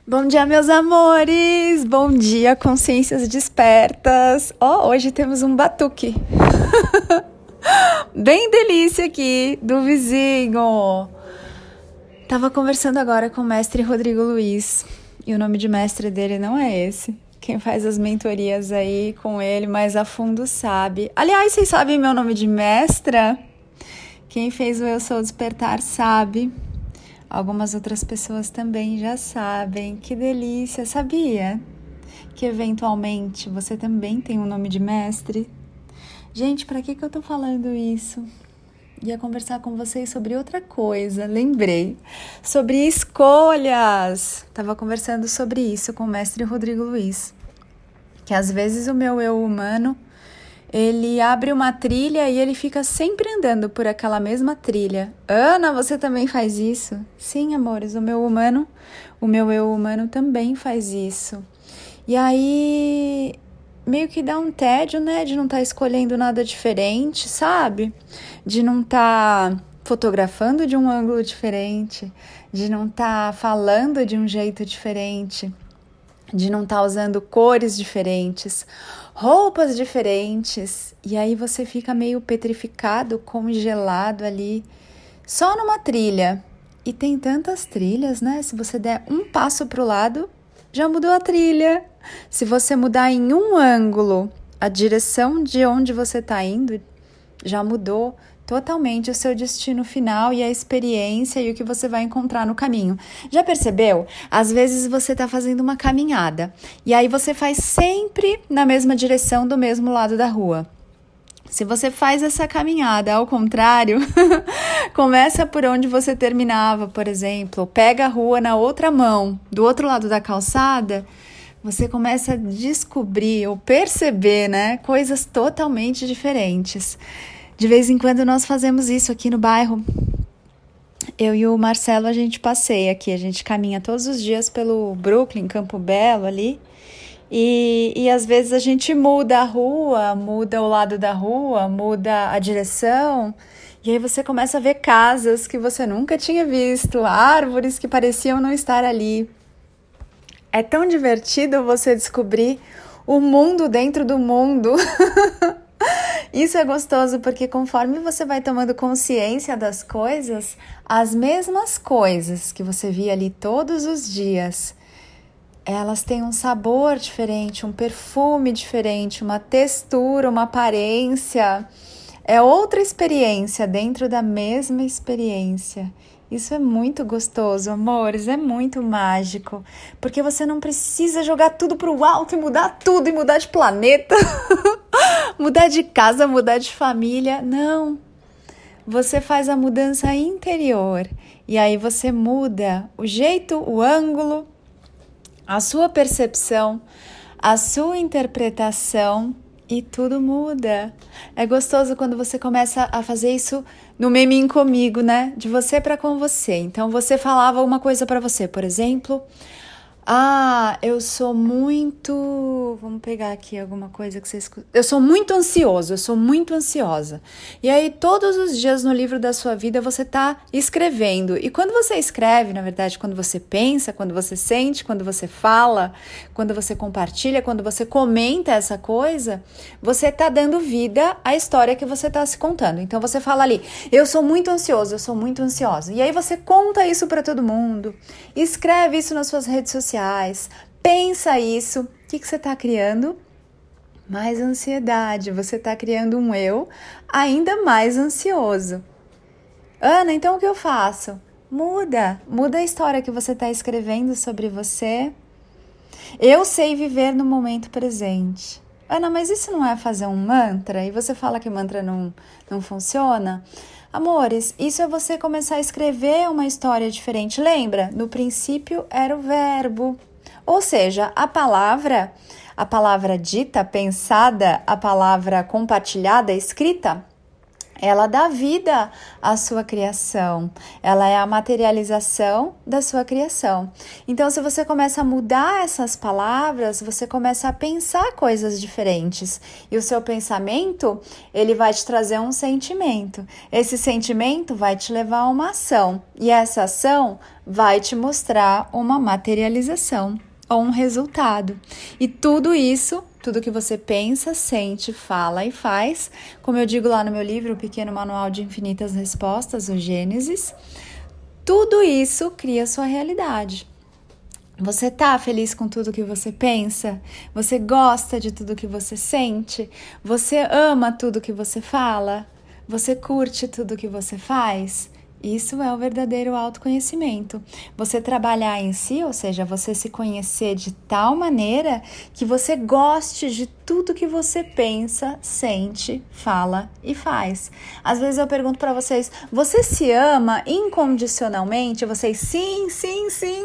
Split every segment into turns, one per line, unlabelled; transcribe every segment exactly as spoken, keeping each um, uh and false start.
Bom dia, meus amores! Bom dia, consciências despertas! Ó, oh, hoje temos um batuque! Bem delícia aqui, do vizinho! Tava conversando agora com o mestre Rodrigo Luiz, e o nome de mestre dele não é esse. Quem faz as mentorias aí com ele mais a fundo sabe. Aliás, vocês sabem meu nome de mestra? Quem fez o Eu Sou Despertar sabe. Algumas outras pessoas também já sabem. Que delícia, sabia? Que eventualmente você também tem um nome de mestre? Gente, para que que eu tô falando isso? Ia conversar com vocês sobre outra coisa, lembrei. Sobre escolhas. Tava conversando sobre isso com o mestre Rodrigo Luiz. Que às vezes o meu eu humano, ele abre uma trilha e ele fica sempre andando por aquela mesma trilha. Ana, você também faz isso? Sim, amores, o meu humano, o meu eu humano também faz isso. E aí, meio que dá um tédio, né? De não estar tá escolhendo nada diferente, sabe? De não estar tá fotografando de um ângulo diferente, de não estar tá falando de um jeito diferente, de não estar tá usando cores diferentes, roupas diferentes, e aí você fica meio petrificado, congelado ali, só numa trilha. E tem tantas trilhas, né? Se você der um passo para o lado, já mudou a trilha. Se você mudar em um ângulo a direção de onde você está indo, já mudou totalmente o seu destino final e a experiência e o que você vai encontrar no caminho. Já percebeu? Às vezes você está fazendo uma caminhada e aí você faz sempre na mesma direção do mesmo lado da rua. Se você faz essa caminhada ao contrário, começa por onde você terminava, por exemplo, pega a rua na outra mão, do outro lado da calçada, você começa a descobrir ou perceber, né, coisas totalmente diferentes. De vez em quando nós fazemos isso aqui no bairro. Eu e o Marcelo, a gente passeia aqui, a gente caminha todos os dias pelo Brooklyn, Campo Belo ali. E, e às vezes a gente muda a rua, muda o lado da rua, muda a direção. E aí você começa a ver casas que você nunca tinha visto, árvores que pareciam não estar ali. É tão divertido você descobrir o mundo dentro do mundo. Isso é gostoso porque conforme você vai tomando consciência das coisas, as mesmas coisas que você via ali todos os dias, elas têm um sabor diferente, um perfume diferente, uma textura, uma aparência. É outra experiência dentro da mesma experiência. Isso é muito gostoso, amores, é muito mágico, porque você não precisa jogar tudo pro alto e mudar tudo, e mudar de planeta, mudar de casa, mudar de família, não. Você faz a mudança interior, e aí você muda o jeito, o ângulo, a sua percepção, a sua interpretação, e tudo muda. É gostoso quando você começa a fazer isso no meminho comigo, né? De você para com você. Então, você falava uma coisa para você, por exemplo... Ah, eu sou muito... Vamos pegar aqui alguma coisa que vocês... Eu sou muito ansioso, eu sou muito ansiosa. E aí, todos os dias no livro da sua vida, você tá escrevendo. E quando você escreve, na verdade, quando você pensa, quando você sente, quando você fala, quando você compartilha, quando você comenta essa coisa, você tá dando vida à história que você tá se contando. Então, você fala ali, eu sou muito ansioso, eu sou muito ansiosa. E aí, você conta isso para todo mundo, escreve isso nas suas redes sociais, pensa isso, o que, que você está criando? Mais ansiedade, você está criando um eu ainda mais ansioso. Ana, então o que eu faço? Muda, muda a história que você está escrevendo sobre você. Eu sei viver no momento presente. Ana, mas isso não é fazer um mantra? E você fala que mantra não, não funciona? Amores, isso é você começar a escrever uma história diferente. Lembra? No princípio era o verbo. Ou seja, a palavra, a palavra dita, pensada, a palavra compartilhada, escrita, ela dá vida à sua criação, ela é a materialização da sua criação. Então, se você começa a mudar essas palavras, você começa a pensar coisas diferentes. E o seu pensamento, ele vai te trazer um sentimento. Esse sentimento vai te levar a uma ação. E essa ação vai te mostrar uma materialização ou um resultado. E tudo isso, tudo que você pensa, sente, fala e faz, como eu digo lá no meu livro, O Pequeno Manual de Infinitas Respostas, o Gênesis, tudo isso cria sua realidade. Você tá feliz com tudo que você pensa? Você gosta de tudo que você sente? Você ama tudo que você fala? Você curte tudo que você faz? Isso é o verdadeiro autoconhecimento. Você trabalhar em si, ou seja, você se conhecer de tal maneira que você goste de tudo que você pensa, sente, fala e faz. Às vezes eu pergunto para vocês, você se ama incondicionalmente? Vocês, sim, sim, sim.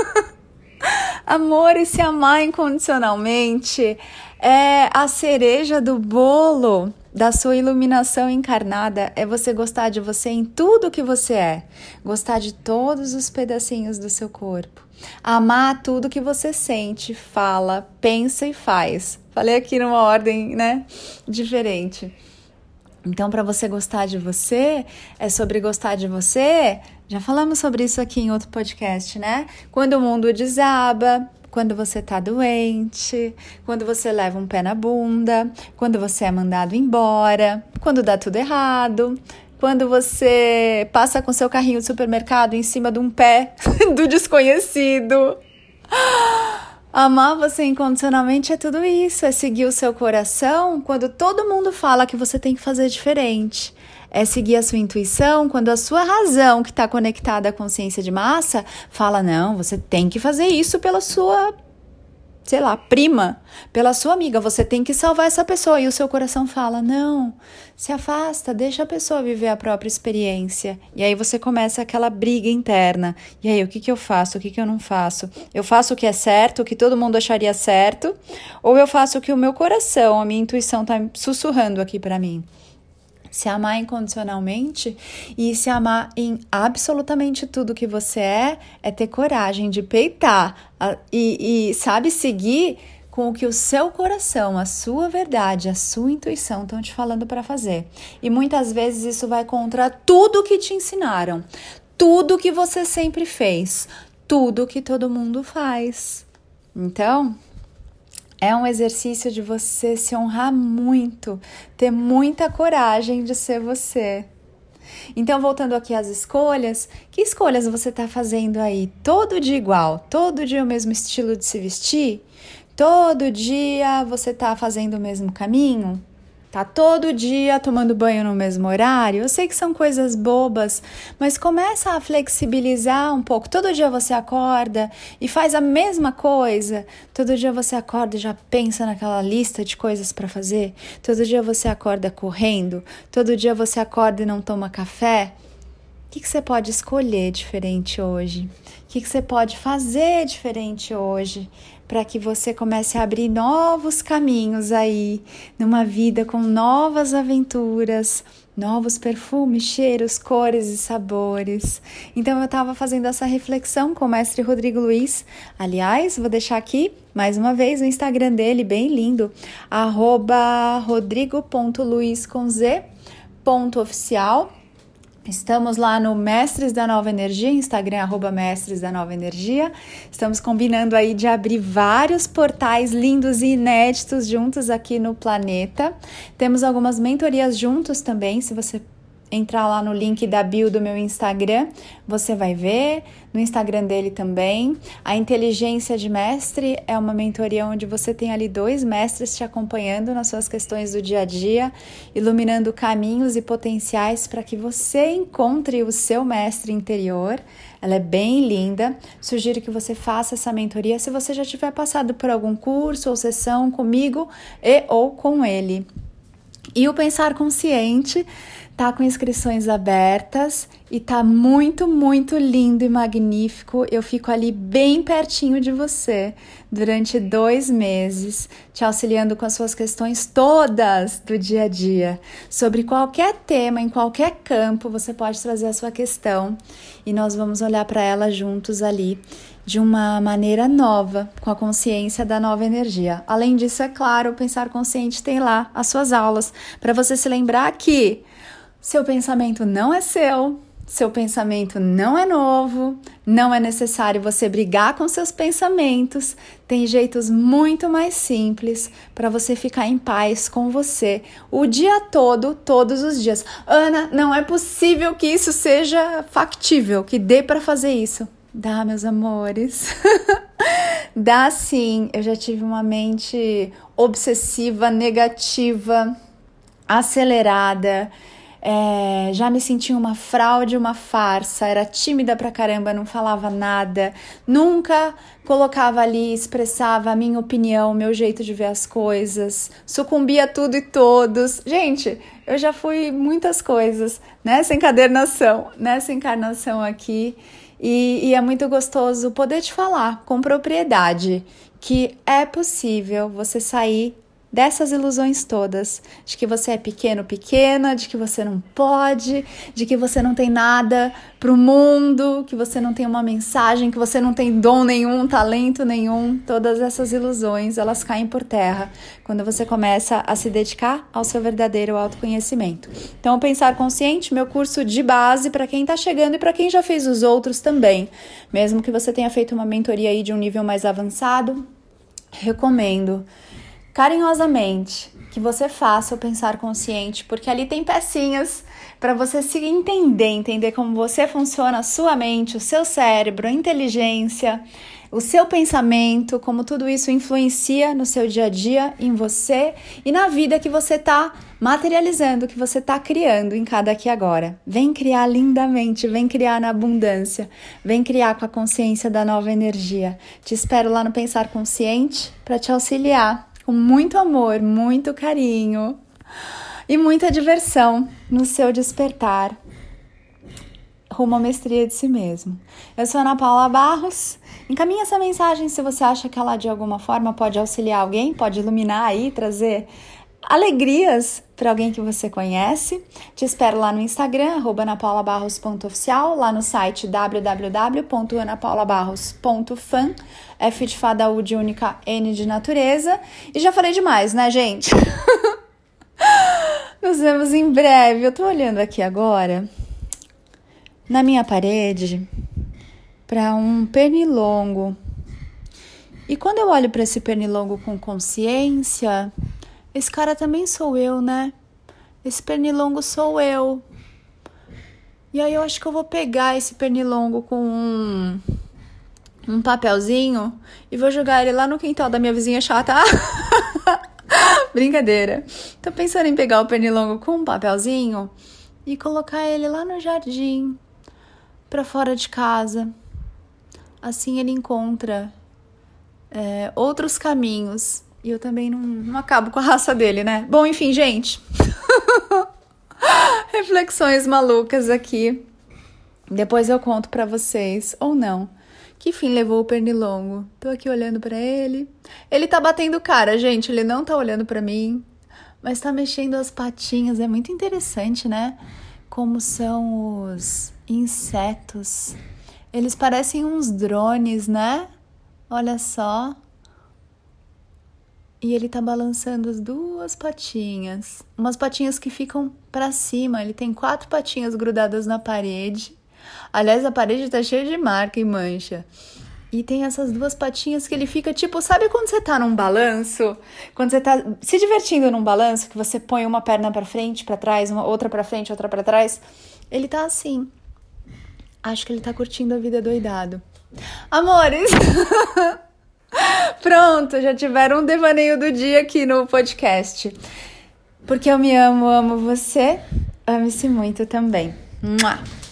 Amor e se amar incondicionalmente é a cereja do bolo da sua iluminação encarnada, é você gostar de você em tudo que você é, gostar de todos os pedacinhos do seu corpo, amar tudo que você sente, fala, pensa e faz. Falei aqui numa ordem, né, diferente. Então, para você gostar de você, é sobre gostar de você. Já falamos sobre isso aqui em outro podcast, né? Quando o mundo desaba, quando você tá doente, quando você leva um pé na bunda, quando você é mandado embora, quando dá tudo errado, quando você passa com seu carrinho de supermercado em cima de um pé do desconhecido. Amar você incondicionalmente é tudo isso, é seguir o seu coração quando todo mundo fala que você tem que fazer diferente. É seguir a sua intuição quando a sua razão, que está conectada à consciência de massa, fala, não, você tem que fazer isso pela sua, sei lá, prima, pela sua amiga, você tem que salvar essa pessoa. E o seu coração fala, não, se afasta, deixa a pessoa viver a própria experiência. E aí você começa aquela briga interna. E aí, o que que eu faço, o que que eu não faço? Eu faço o que é certo, o que todo mundo acharia certo, ou eu faço o que o meu coração, a minha intuição está sussurrando aqui para mim? Se amar incondicionalmente e se amar em absolutamente tudo que você é, é ter coragem de peitar a, e, e, sabe, seguir com o que o seu coração, a sua verdade, a sua intuição estão te falando para fazer. E muitas vezes isso vai contra tudo que te ensinaram, tudo que você sempre fez, tudo que todo mundo faz. Então, é um exercício de você se honrar muito, ter muita coragem de ser você. Então, voltando aqui às escolhas, que escolhas você está fazendo aí? Todo dia igual? Todo dia o mesmo estilo de se vestir? Todo dia você está fazendo o mesmo caminho? Tá todo dia tomando banho no mesmo horário? Eu sei que são coisas bobas, mas começa a flexibilizar um pouco. Todo dia você acorda e faz a mesma coisa. Todo dia você acorda e já pensa naquela lista de coisas para fazer. Todo dia você acorda correndo. Todo dia você acorda e não toma café. O que que você pode escolher diferente hoje? O que que você pode fazer diferente hoje? Para que você comece a abrir novos caminhos aí, numa vida com novas aventuras, novos perfumes, cheiros, cores e sabores. Então eu estava fazendo essa reflexão com o mestre Rodrigo Luiz. Aliás, vou deixar aqui mais uma vez o Instagram dele, bem lindo, arroba rodrigo ponto luiz com z ponto oficial. Estamos lá no Mestres da Nova Energia, Instagram, arroba Mestres da Nova Energia. Estamos combinando aí de abrir vários portais lindos e inéditos juntos aqui no planeta. Temos algumas mentorias juntos também, se você entrar lá no link da bio do meu Instagram, você vai ver, no Instagram dele também. A Inteligência de Mestre é uma mentoria onde você tem ali dois mestres te acompanhando nas suas questões do dia a dia, iluminando caminhos e potenciais para que você encontre o seu mestre interior. Ela é bem linda, sugiro que você faça essa mentoria se você já tiver passado por algum curso ou sessão comigo e ou com ele. E o Pensar Consciente tá com inscrições abertas e tá muito, muito lindo e magnífico. Eu fico ali bem pertinho de você durante dois meses, te auxiliando com as suas questões todas do dia a dia. Sobre qualquer tema, em qualquer campo, você pode trazer a sua questão e nós vamos olhar para ela juntos ali de uma maneira nova, com a consciência da nova energia. Além disso, é claro, o Pensar Consciente tem lá as suas aulas, para você se lembrar que seu pensamento não é seu, seu pensamento não é novo, não é necessário você brigar com seus pensamentos, tem jeitos muito mais simples para você ficar em paz com você o dia todo, todos os dias. Ana, não é possível que isso seja factível, que dê para fazer isso. Dá, meus amores. Dá sim. Eu já tive uma mente obsessiva, negativa, acelerada. É, já me senti uma fraude, uma farsa, era tímida pra caramba, não falava nada, nunca colocava ali, expressava a minha opinião, o meu jeito de ver as coisas, sucumbia a tudo e todos. Gente, eu já fui muitas coisas nessa encadernação, nessa encarnação aqui, e, e é muito gostoso poder te falar com propriedade que é possível você sair dessas ilusões todas, de que você é pequeno, pequena, de que você não pode, de que você não tem nada pro mundo, que você não tem uma mensagem, que você não tem dom nenhum, talento nenhum. Todas essas ilusões, elas caem por terra quando você começa a se dedicar ao seu verdadeiro autoconhecimento. Então, o Pensar Consciente, meu curso de base para quem tá chegando e para quem já fez os outros também. Mesmo que você tenha feito uma mentoria aí de um nível mais avançado, recomendo carinhosamente que você faça o Pensar Consciente, porque ali tem pecinhas para você se entender, entender como você funciona, a sua mente, o seu cérebro, a inteligência, o seu pensamento, como tudo isso influencia no seu dia a dia, em você e na vida que você está materializando, que você está criando em cada aqui e agora. Vem criar lindamente, vem criar na abundância, vem criar com a consciência da nova energia. Te espero lá no Pensar Consciente para te auxiliar com muito amor, muito carinho e muita diversão no seu despertar rumo à mestria de si mesmo. Eu sou Ana Paula Barros. Encaminhe essa mensagem se você acha que ela de alguma forma pode auxiliar alguém, pode iluminar aí, trazer alegrias para alguém que você conhece. Te espero lá no Instagram, arroba anapaulabarros ponto oficial, lá no site w w w ponto anapaulabarros ponto fan, F de fada, U de única, N de natureza. E já falei demais, né, gente? Nos vemos em breve. Eu tô olhando aqui agora, na minha parede, para um pernilongo. E quando eu olho para esse pernilongo com consciência, esse cara também sou eu, né? Esse pernilongo sou eu. E aí eu acho que eu vou pegar esse pernilongo com um, um papelzinho e vou jogar ele lá no quintal da minha vizinha chata. Brincadeira. Tô pensando em pegar o pernilongo com um papelzinho e colocar ele lá no jardim, pra fora de casa. Assim ele encontra é, outros caminhos. E eu também não, não acabo com a raça dele, né? Bom, enfim, gente. Reflexões malucas aqui. Depois eu conto pra vocês, ou não, que fim levou o pernilongo. Tô aqui olhando pra ele. Ele tá batendo cara, gente. Ele não tá olhando pra mim, mas tá mexendo as patinhas. É muito interessante, né? Como são os insetos. Eles parecem uns drones, né? Olha só. E ele tá balançando as duas patinhas. Umas patinhas que ficam pra cima. Ele tem quatro patinhas grudadas na parede. Aliás, a parede tá cheia de marca e mancha. E tem essas duas patinhas que ele fica tipo... Sabe quando você tá num balanço? Quando você tá se divertindo num balanço, que você põe uma perna pra frente, pra trás, uma outra pra frente, outra pra trás. Ele tá assim. Acho que ele tá curtindo a vida doidado. Amores... Pronto, já tiveram um devaneio do dia aqui no podcast. Porque eu me amo, amo você. Ame-se muito também. Mua!